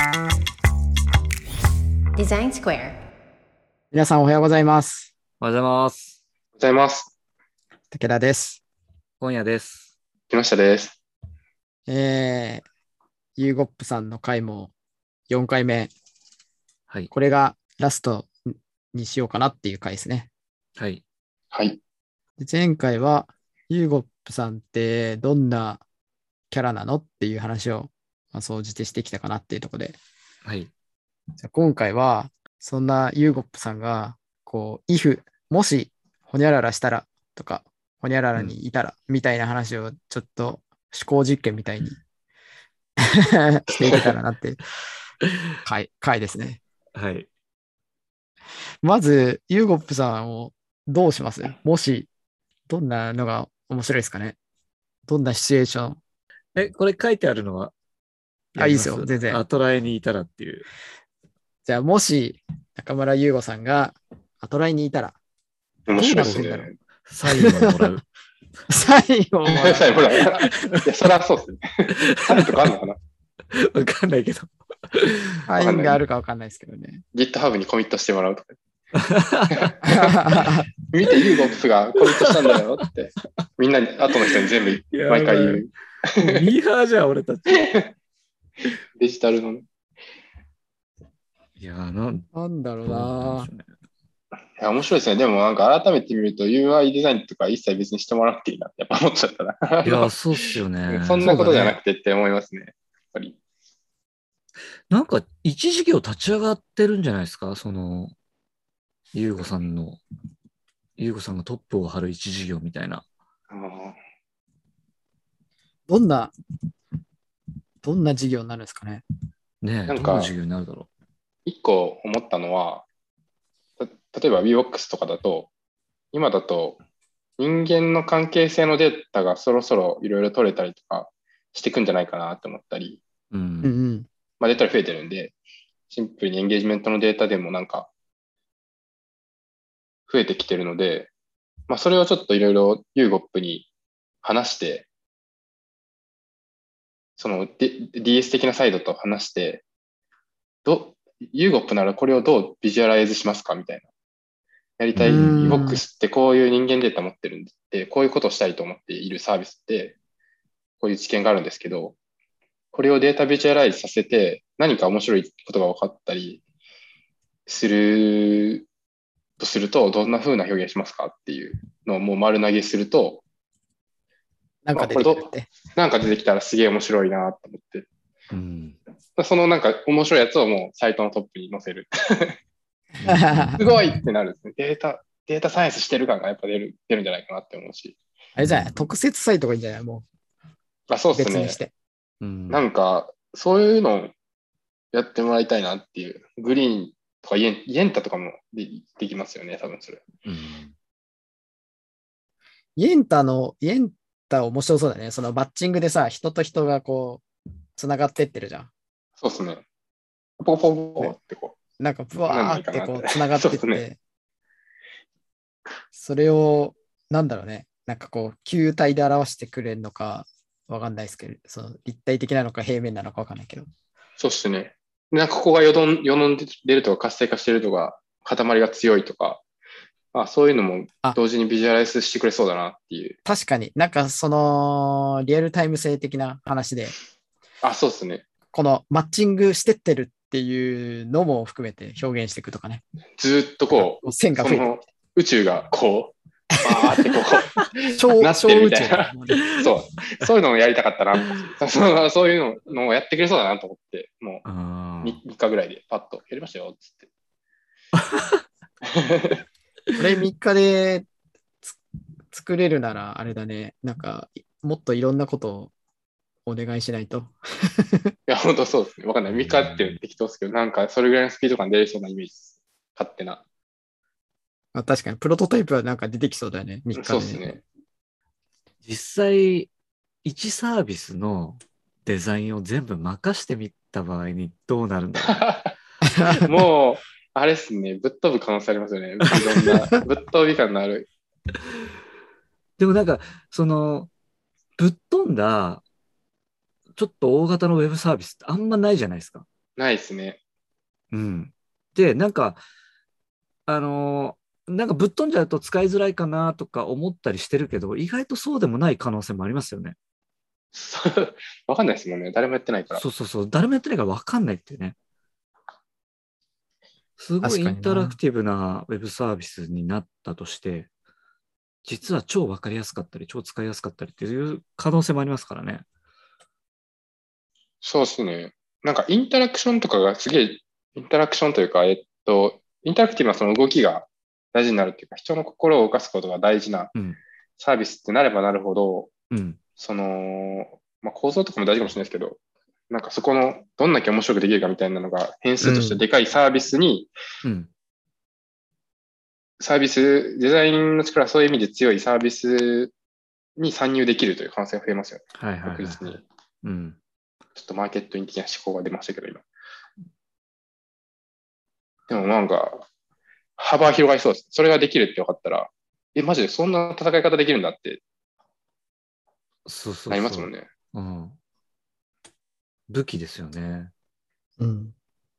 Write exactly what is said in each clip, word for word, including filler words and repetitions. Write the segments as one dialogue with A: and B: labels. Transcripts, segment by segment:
A: デザインスクエア。
B: 皆さんおはようございます。
C: おはようございます。
D: ございます。
B: 武田です。
C: 今夜です。
D: 木下です。
B: えー、ユーゴップさんの回もよんかいめ。
C: はい。
B: これがラストにしようかなっていう回ですね。
C: はい。
D: はい。
B: で前回はユーゴップさんってどんなキャラなのっていう話を、まあ、総じてしてきたかなっていうところで。
C: はい。
B: じゃあ今回はそんなユーゴップさんがこう、if もしホニャララしたらとか、ホニャララにいたらみたいな話をちょっと思考実験みたいにしていけたらなって回、回ですね。
C: はい。
B: まず、ユーゴップさんをどうします？もし、どんなのが面白いですかね？どんなシチュエーション？
C: え、これ書いてあるのは
B: あ、いいですよ、全然。
C: アトラエにいたらっていう。
B: じゃあ、もし、中村優吾さんがアトライにいたら、
D: 面白いです
B: どうなってんだろ
D: ね。
C: サインをもらう。
B: サインをもらう。
D: サインもらう。いや、そりゃそうですね。サインとかあるのかな？
C: わかんないけど。
B: サインがあるかわかんないですけどね。
D: GitHub にコミットしてもらうとか。見て、ユーゴップがコミットしたんだよって、みんなに、後の人に全部毎回言う。
C: ミーハーじゃん、俺たち。
D: デジタルのね。
C: いやーなん、
B: なんだろうな。
D: いや、面白いですね。でもなんか改めて見ると ユーアイ デザインとか一切別にしてもらわなくていいなってやっぱ思っちゃったな。
C: いや、そうっすよね。
D: そんなことじゃなくてって思いますね。やっぱり。
C: なんか、一事業立ち上がってるんじゃないですか？その、ゆうごさんの、ゆうごさんがトップを張る一事業みたいな。
B: どんな、どんな事業になるんですかね。
C: ねえ、
D: なんか
C: どんな事業になるだろ
D: 一個思ったのは、た例えば WeWorks とかだと、今だと人間の関係性のデータがそろそろいろいろ取れたりとかしていくんじゃないかなって思ったり、
C: う。う
B: うんうん。
D: まあ、データ増えてるんで、シンプルにエンゲージメントのデータでもなんか増えてきてるので、まあ、それをちょっといろいろ ユーゴップ に話して、その ディーエス 的なサイドと話して、ど ユーゴップ ならこれをどうビジュアライズしますかみたいな。やりたい、
B: うん
D: WeWorks ってこういう人間データ持ってるんで、こういうことをしたいと思っているサービスって、こういう知見があるんですけど、これをデータビジュアライズさせて、何か面白いことが分かったりするとすると、どんな風な表現しますかっていうのをもう丸投げすると、
B: なんか出てくるって。
D: なんか出てきたらすげえ面白いなと思って。
C: うん。
D: そのなんか面白いやつをもうサイトのトップに載せる。すごいってなるんですね。データ、データサイエンスしてる感がやっぱ出る、出るんじゃないかなって思うし。
B: あれじゃない、特設サイトがいいんじゃないも
D: あ、そう
B: う
D: ですね。
B: 別にして。
C: うん、
D: なんか、そういうのをやってもらいたいなっていう。グリーンとかイエンイエンタとかもでできますよね、多分それ。
C: うん。
B: イエンタの、イエンタ面白そうだね。そのマッチングでさ、人と人がこう、つながってってるじゃん。
D: そうですね。ポコポコポコってこ
B: なんか、ブワーってこう、つながってって、
D: そうですね。
B: それを、なんだろうね。なんかこう、球体で表してくれるのか、わかんないですけど、その立体的なのか平面なのかわかんないけど。
D: そうですね。なんかここがよどん、よどんで出るとか活性化してるとか、塊が強いとか、あ、そういうのも同時にビジュアライズしてくれそうだなっていう。
B: 確かになんかそのリアルタイム性的な話で、
D: あ、そうですね。
B: このマッチングしてってるっていうのも含めて表現していくとかね。
D: ずっとこう、
B: 線が増えて
D: その宇宙がこう、バーってこう、
B: 超
D: なってるみたいな。
B: な
D: そう。そういうのをやりたかったな。そうそういうのをやってくれそうだなと思って、もう 3, 3日ぐらいでパッとやりましたよ、つって。
B: これみっかで作れるならあれだね。なんかもっといろんなことをお願いしないと。い
D: や、本当そうですね。わかんない。みっかって適当ですけど、なんかそれぐらいのスピード感出れそうなイメージです。勝手な。
B: あ、確かにプロトタイプはなんか出てきそうだよね。みっかで、ね。
D: そうですね。
C: 実際、いちサービスのデザインを全部任してみた場合にどうなるんだろう、ね、
D: もう、あれですね。ぶっ飛ぶ可能性ありますよね。いろんな、ぶっ飛び感のある。
C: でもなんか、その、ぶっ飛んだ、ちょっと大型のウェブサービスってあんまないじゃないですか。
D: ないですね。
C: うん。で、なんか、あのーなんかぶっ飛んじゃうと使いづらいかなとか思ったりしてるけど、意外とそうでもない可能性もありますよね。
D: そうわかんないですもんね。誰もやってないから。
C: そうそうそう。誰もやってないから分かんないっていうね。すごいイン
B: 確かにな。
C: タラクティブなウェブサービスになったとして、実は超分かりやすかったり、超使いやすかったりっていう可能性もありますからね。
D: そうですね。なんかインタラクションとかがすげえ、インタラクションというか、えっと、インタラクティブなその動きが大事になるっていうか、人の心を動かすことが大事な
C: うん。
D: サービスってなればなるほど、
C: うん。
D: その、まあ、構造とかも大事かもしれないですけど、なんかそこのどんだけ面白くできるかみたいなのが変数としてでかいサービスに、
C: うん。
D: サービス、デザインの力はそういう意味で強いサービスに参入できるという可能性が増えますよね。
C: はいはいはい、はい。
D: 確実に。
C: うん。
D: ちょっとマーケット的な思考が出ましたけど、今。でもなんか、幅広がりそうです。それができるって分かったら、え、マジでそんな戦い方できるんだって
C: そうそうそう。
D: なりますもんね。
C: うん。武器ですよね。
B: うん。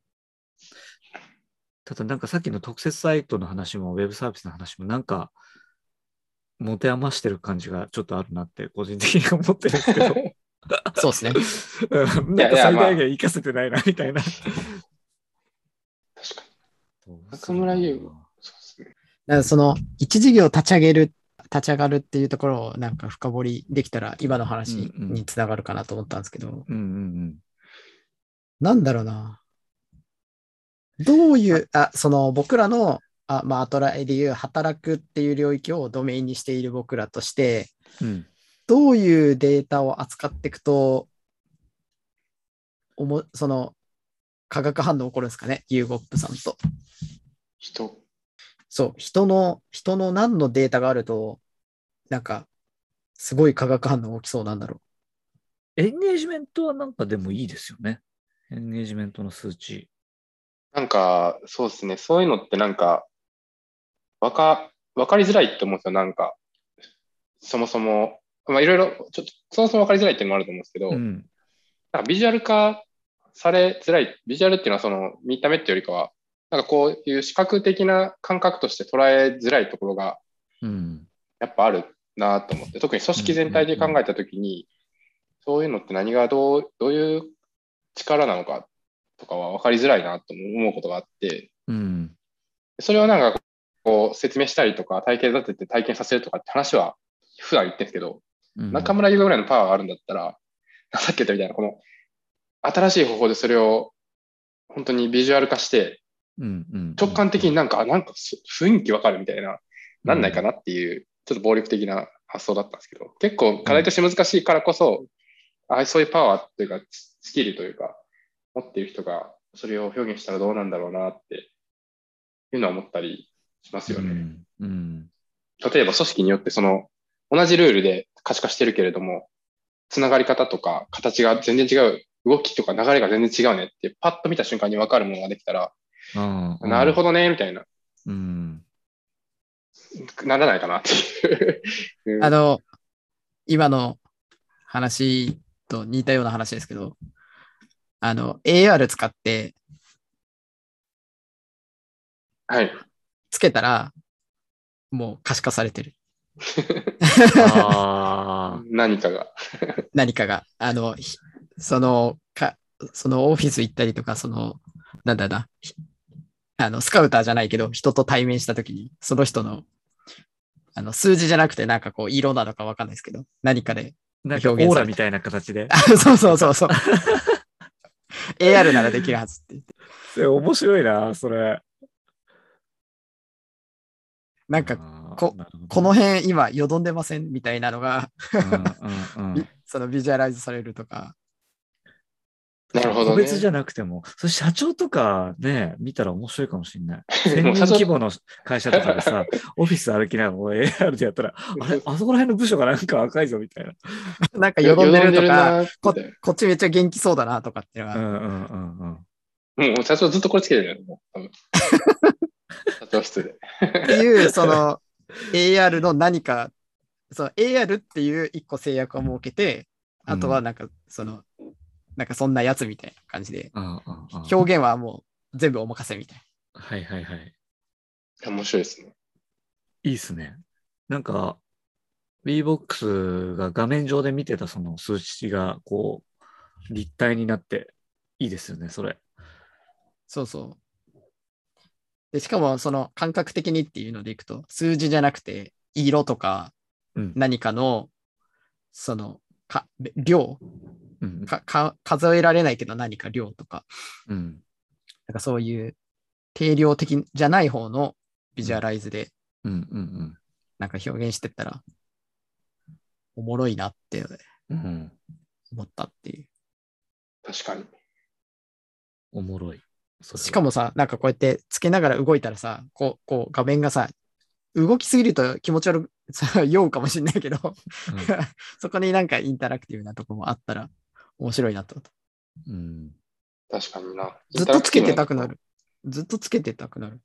C: ただなんかさっきの特設サイトの話もウェブサービスの話もなんか持て余してる感じがちょっとあるなって個人的に思ってるんですけど
B: そうですね。
C: うんなんか最大限活かせてないなみたいな。
D: 確かに。
C: どうするな
D: 中村優、そうですね。
B: だからその一事業立ち上げる、立ち上がるっていうところをなんか深掘りできたら今の話につながるかなと思ったんですけど、
C: うんうんうん
B: なんだろうな。どういう、あ、その僕らの、あまあ、アトライでいう働くっていう領域をドメインにしている僕らとして、
C: うん。
B: どういうデータを扱っていくと、おもその化学反応起こるんですかね、ユーゴップさんと。
D: 人。
B: そう、人の、人の何のデータがあると、なんか、すごい化学反応起きそうなんだろ
C: エンゲージメントはなんかでもいいですよね。エンゲージメントの数値。
D: なんか、そうですね。そういうのってなんか、わか、わかりづらいって思うんですよ。なんか、そもそも、まあいろいろ、ちょっと、そもそもわかりづらいっていうのもあると思うんですけど、
C: うん。
D: なんかビジュアル化されづらい。ビジュアルっていうのはその見た目っていうよりかは、なんかこういう視覚的な感覚として捉えづらいところが
C: うん。
D: やっぱあるなと思って、特に組織全体で考えたときに、そういうのって何がどう、どういう力なのかとかは分かりづらいなと思うことがあって、
C: うん。
D: それをなんかこう説明したりとか体系立てて体験させるとかって話は普段言ってるんですけど、
C: うん
D: 中村優吾ぐらいのパワーがあるんだったら、さっき言ったみたいなこの新しい方法でそれを本当にビジュアル化して、
C: うんうん
D: 直感的になんか、あなんか雰囲気わかるみたいな、なんないかなっていう、ちょっと暴力的な発想だったんですけど、結構課題として難しいからこそ、あそういうパワーというか、スキルというか、持っている人がそれを表現したらどうなんだろうなっていうのは思ったりしますよね。
C: うんうん
D: 例えば組織によってその同じルールで可視化してるけれども、つながり方とか形が全然違う、動きとか流れが全然違うねってパッと見た瞬間に分かるものができたら、
C: ああ
D: なるほどねみたいな、
C: うん
D: ならないかなっていう。
B: う。あの、今の話と似たような話ですけど、あの、エーアール 使って
D: はい。
B: つけたら、もう可視化されてる。
C: あ
D: 何かが。
B: 何かが。あの、ひその、か、そのオフィス行ったりとか、その、なんだな、ひあの、スカウターじゃないけど、人と対面したときに、その人の、あの、数字じゃなくて、なんかこう、色なのかわかんないですけど、何かで
C: なんかオ
B: 表現されて。
C: ーラみたいな形で。
B: あそうそうそうそう。エーアール ならできるはずって言って。
C: それ面白いな、それ。
B: なんか、
C: あー
B: こ
C: なるほど
B: この辺今よどんでませんみたいなのが、
C: うんうんうん
B: びそのビジュアライズされるとか。
D: なるほどね。
C: 個別じゃなくても、それ社長とかね、見たら面白いかもしれない。1000
D: もう社長
C: 人規模の会社とかでさ、オフィス歩きながらもう エーアール でやったら、あれ、あそこら辺の部署がなんか赤いぞみたいな。
B: なんかよどんでるとか
D: よ
B: こ、
D: どんでるなーって
B: こっちめっちゃ元気そうだなとかっていうのが、
C: うんうんうんうん。
D: もう社長ずっとこれつけてるよね。もう多分社長室で。
B: っていう、その エーアール の何か、その エーアール っていう一個制約を設けて、あとはなんか、その、 なんかそんなやつみたいな感じで、
C: ああああ
B: 表現はもう全部お任せみたい
C: はいはいはい。
D: 面白いですね。
C: いいっすね。なんか、V-BOX が画面上で見てたその数値がこう立体になっていいですよね、それ。
B: な。そうそう。で、しかもその感覚的にっていうのでいくと、数字じゃなくて、色とか
C: うん。
B: 何かの、その、か量
C: うん。
B: かか、数えられないけど何か量とか、
C: うん。
B: なんかそういう定量的じゃない方のビジュアライズで
C: うん。うん。
B: なんか表現してったら、おもろいなって
C: うん。うん。
B: 思ったっていう。
D: 確かに。
C: おもろい。それは
B: しかもさ、なんかこうやってつけながら動いたらさ、こう、こう画面がさ、動きすぎると気持ち悪くさ酔うかもしれないけど、
C: うん
B: そこになんかインタラクティブなとこもあったら面白いなと思った。
C: うん。
D: 確かにな。
B: ずっとつけてた
D: インタラクティブな
B: くなる。ずっとつけてたくなる。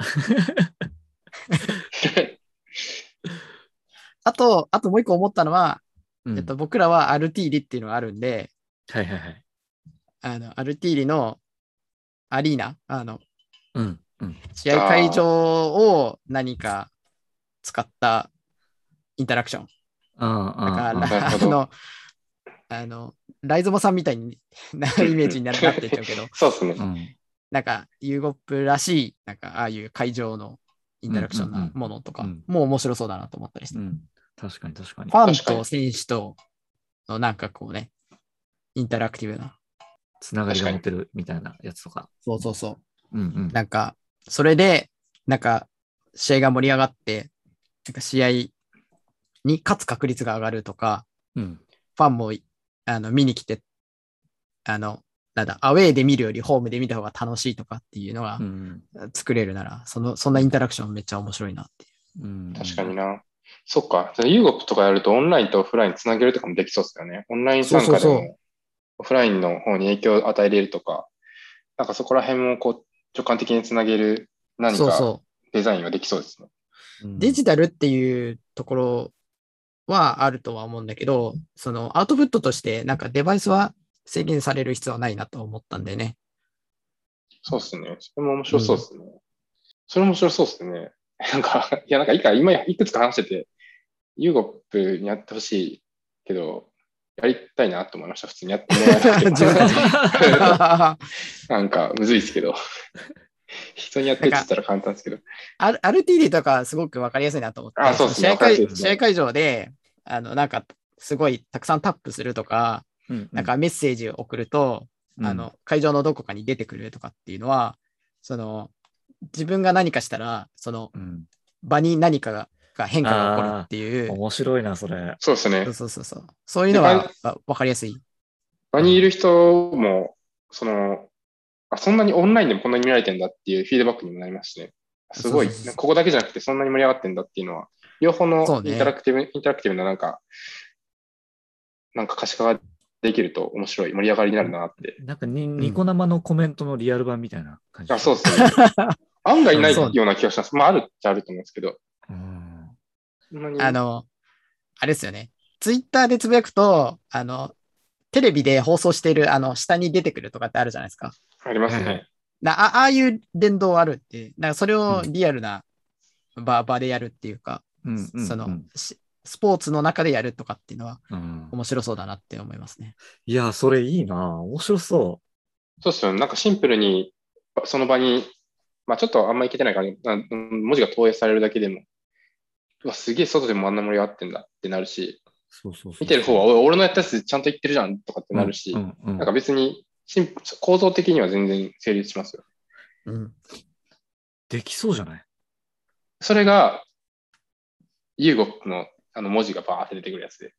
B: あと、あともう一個思ったのは、
C: うん
B: えっと、僕らはアルティーリっていうのがあるんで、
C: はいはいはい。
B: あの、アルティーリのアリーナ、あの、
C: うん。うん。
B: 試合会場を何か使ったインタラクション。
C: ああ、
B: だから、
C: ああ、
D: なるほど
B: あの、あの、ライゾマさんみたいになイメージにななってっちゃうけど、
D: そうですね。
C: うん。
B: なんか、ユーゴップらしい、なんか、ああいう会場のインタラクションなものとか、
C: うんうん
B: もう面白そうだなと思ったりして。
C: うん。確かに確かに
B: フ。ァン
D: 確かに
B: と選手とのなんかこうね、インタラクティブな。
C: つながりが持てるみたいなやつとか。
B: そうそうそう。
C: うんうん。
B: なんか、それで、なんか、試合が盛り上がって、なんか試合に勝つ確率が上がるとか、
C: うん。
B: ファンもあの見に来て、あの、なんだ、アウェーで見るよりホームで見た方が楽しいとかっていうのが
C: うん。
B: 作れるなら、その、そんなインタラクションめっちゃ面白いなっていう。
C: うん。
D: 確かにな。そっか。ユーゴップとかやるとオンラインとオフラインつなげるとかもできそうですよね。オンライン参加で
B: そうそうそ
D: もオフラインの方に影響を与えれるとか、なんかそこら辺もこう直感的につなげる何か
B: そうそ
D: デザインができそうですね。
C: うん
B: デジタルっていうところはあるとは思うんだけど、そのアウトプットとしてなんかデバイスは制限される必要はないなと思ったんでね。
D: そうですね。それも面白そうですね。それ面白そうですね。なんか、いやなんかいいか、今いくつか話してて、ユーゴップにやってほしいけど、やりたいなと思いました。普通にやってもらえなくても
B: 自分たち
D: なんか、むずいですけど。人にやってって言ったら簡単ですけど。
B: アル アールティーディー とかすごくわかりやすいなと思って、
D: あそうですね
B: 試合
D: わかりやすいですね
B: 会試合会場で、あの、なんか、すごいたくさんタップするとか、
C: うん
B: なんかメッセージを送ると、
C: うん
B: あの、会場のどこかに出てくるとかっていうのは、その、自分が何かしたら、その
C: うん。
B: 場に何かがが変化が起こるっていう、
C: 面白いな、それ。
D: そうですね
B: そう。そうそうそう。そういうのはあわかりやすい。
D: 場にいる人も、その、あ、そんなにオンラインでもこんなに見られてんだっていうフィードバックにもなりますしね。すごい、
B: そうそうそう
D: ここだけじゃなくてそんなに盛り上がってんだっていうのは、両方の
B: そうね
D: インタラクティブ、インタラクティブななんか、なんか可視化ができると面白い、盛り上がりになるなって。
C: なんかに、ニコ生のコメントのリアル版みたいな感じ。
D: あ、そうですね。案外ない
B: そう
D: ような気がします。まあ、あるっちゃあると思うんですけど。
C: うん。
D: そんなに
B: あの、あれですよね。ツイッターでつぶやくと、あの、テレビで放送している、あの、下に出てくるとかってあるじゃないですか。
D: あります
C: はいはい
D: ね。
B: なあああいう連動あるって、なんかそれをリアルな場,、場でやるっていうか、
C: うんうんうん
B: その、しスポーツの中でやるとかっていうのは
C: うん。
B: 面白そうだなって思いますね。
C: いや、それいいな。面白そ
D: そうですよね。なんかシンプルに、その場に、まあちょっとあんまりいけてないから、な文字が投影されるだけでも、うわ、すげえ外でもあんな盛り上がってんだってなるし、
C: う。そうそうそう。
D: 見てる方は、おい俺のやったやつちゃんと言ってるじゃんとかってなるし、
C: うんうんうん
D: なんか別にシン構造的には全然成立しますよ。
B: うん。
C: できそうじゃない
D: それが、ユーゴップのあの文字がバーって出てくるやつで。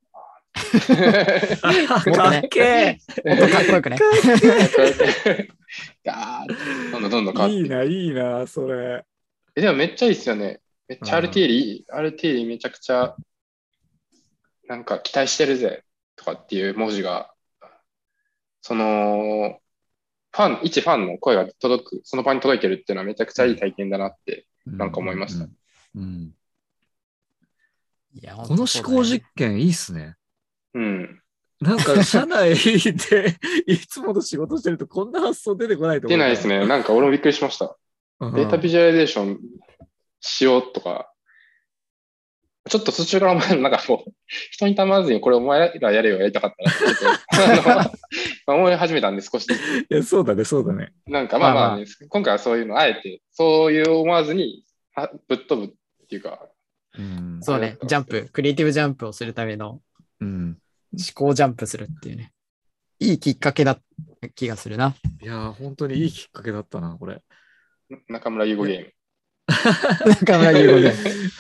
B: かっけもっとかっこよくね。
D: ガーッどんどんどんどん変わって
C: いいな、いいな、それ。
D: えでもめっちゃいいですよね。めっちゃアルティーリ、アルティーリめちゃくちゃ、なんか期待してるぜとかっていう文字が、その、ファン、一ファンの声が届く、その場に届いてるっていうのはめちゃくちゃいい体験だなって、なんか思いました。
C: うんうんうん
B: いや
C: この思考実験いいっすね。
D: うん。
C: なんか社内でいつもの仕事してるとこんな発想出てこないと思う。
D: 出ないですね。なんか俺もびっくりしました。
C: うん。
D: データビジュアライゼーションしようとか、ちょっと途中からお前なんかこう、人に頼まずにこれお前らやれよやりたかったなってちょっとあの思い始めたんで少しずつ。
C: いや、そうだね、そうだね。
D: なんかまあまあ、
B: まあ
D: ね、今回はそういうのあえて、そういう思わずにはぶっ飛ぶっていうか、
C: うん。
B: そうね、ジャンプ、クリエイティブジャンプをするための
C: うん。
B: 思考ジャンプするっていうね。いいきっかけだ気がするな。
C: いやー、本当にいいきっかけだったな、これ。
D: 中村優吾ゲーム。
B: 中村優吾で。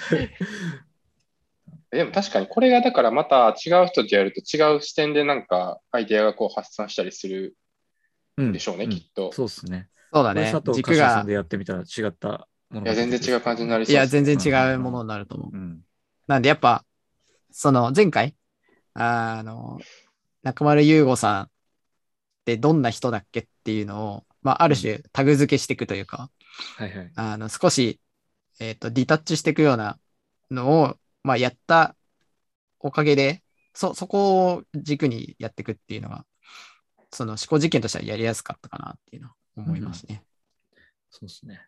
D: でも確かにこれがだからまた違う人とやると違う視点でなんかアイデアがこう発散したりする
C: うん
D: でしょうね、
C: ん
D: きっと。
C: そうですね。
B: そうだね
C: これ佐。藤
B: 軸が
C: 柏さんで、やってみたら違ったもの
D: いや、
C: が出てくる
D: 全然違う感じになり
B: いや、
D: そうですね。
B: 全然違うものになると思う。
C: うん。
B: なんでやっぱ、その前回、あの、中丸優吾さんってどんな人だっけっていうのを、まあ、ある種タグ付けしていくというか、
C: はいはい。
B: あの、少し、えっと、ディタッチしていくようなのを、まあ、やったおかげで、そ、そこを軸にやっていくっていうのが、その思考実験としてはやりやすかったかなっていうのを思いますね。
C: そうですね。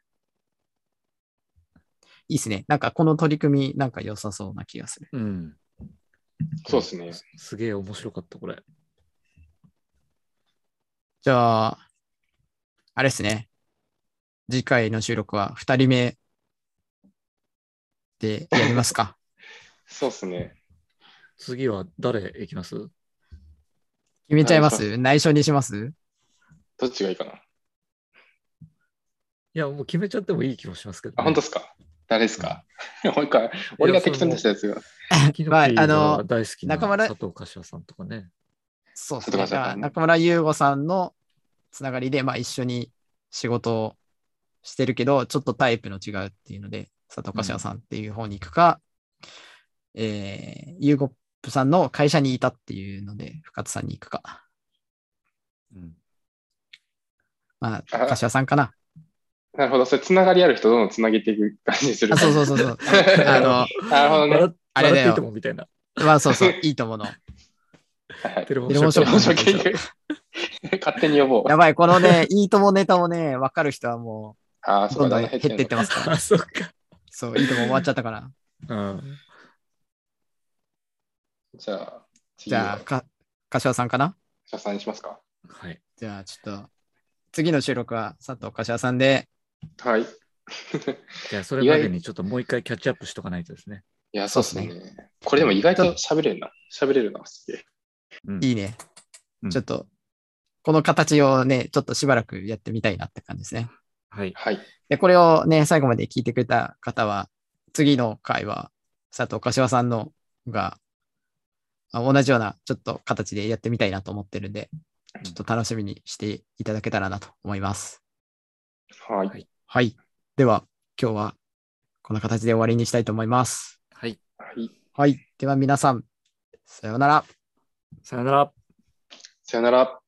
B: いいですね。なんかこの取り組み、なんか良さそうな気がする。
C: うん。
D: そうですね。
C: すげえ面白かった、これ。
B: じゃあ、あれですね。次回の収録はふたりめでやりますか。
D: そうですね。
C: 次は誰いきます？
B: 決めちゃいま
D: お願いし
B: す内緒にします
D: どっちがいいかな。
C: いや、もう決めちゃってもいい気もしますけど、ね。
D: あ、本当ですか？誰ですか？もう一回、俺が適当に出したやつが。
C: キノ
B: まあ
C: ピー
B: あの
C: が大好きな
B: 中村
C: 佐藤柏さんとかね。
B: そうですね。
D: 佐藤さん
B: だから中村優吾さんのつながりで、まあ一緒に仕事をしてるけど、ちょっとタイプの違うっていうので、佐藤柏さんっていう方に行くか、えー、ユーゴップさんの会社にいたっていうので、深津さんに行くか。
C: うん。
B: まあ、
D: あ
B: 柏さんかな。
D: なるほど。それ、つながりある人どんどんつなげていく感じにする。
B: あそうそうそうそう。あの、
D: なるほどね。
C: 笑っ
B: あれだよ
C: 笑っていいともみたいな。
B: まあそうそう、いいともの。
D: はいはい
C: テレフォン
B: テレフォンショック
C: ショック
D: テレフォンショック勝手に呼ぼう。
B: やばい、このね、いいともネタをね、わかる人はも
D: ああ、
B: う、
D: そうか、
B: どんどん減って
D: だんだん減ってんの
B: ってますから。
C: あ、そっか。
B: そう、いいとも終わっちゃったから。
C: うん。
D: じゃあ、次
B: じゃあ、
D: は、
B: か、柏さんかな
D: シャさんにしますか。
C: はい。
B: じゃあ、ちょっと、次の収録は佐藤柏さんで、
D: はい。い
C: じゃあ、それまでにちょっともう一回キャッチアップしとかないとですね。
D: や、そう
B: そうっす
D: ですね。これでも意外と喋れるな。喋れるな、すげえ。
C: うん。
B: いいね。
C: うん
B: ちょっと、この形をね、ちょっとしばらくやってみたいなって感じですね。
C: はい。
D: はい。
B: で、これをね、最後まで聞いてくれた方は、次の回は、佐藤柏さんのが、あ同じような、ちょっと形でやってみたいなと思ってるんで、ちょっと楽しみにしていただけたらなと思います。
D: はい。
C: はい
B: はい。では、今日はこんな形で終わりにしたいと思います。
C: はい。
D: はい。
B: はい。では皆さん、さようなら。
C: さよなら。
D: さよなら。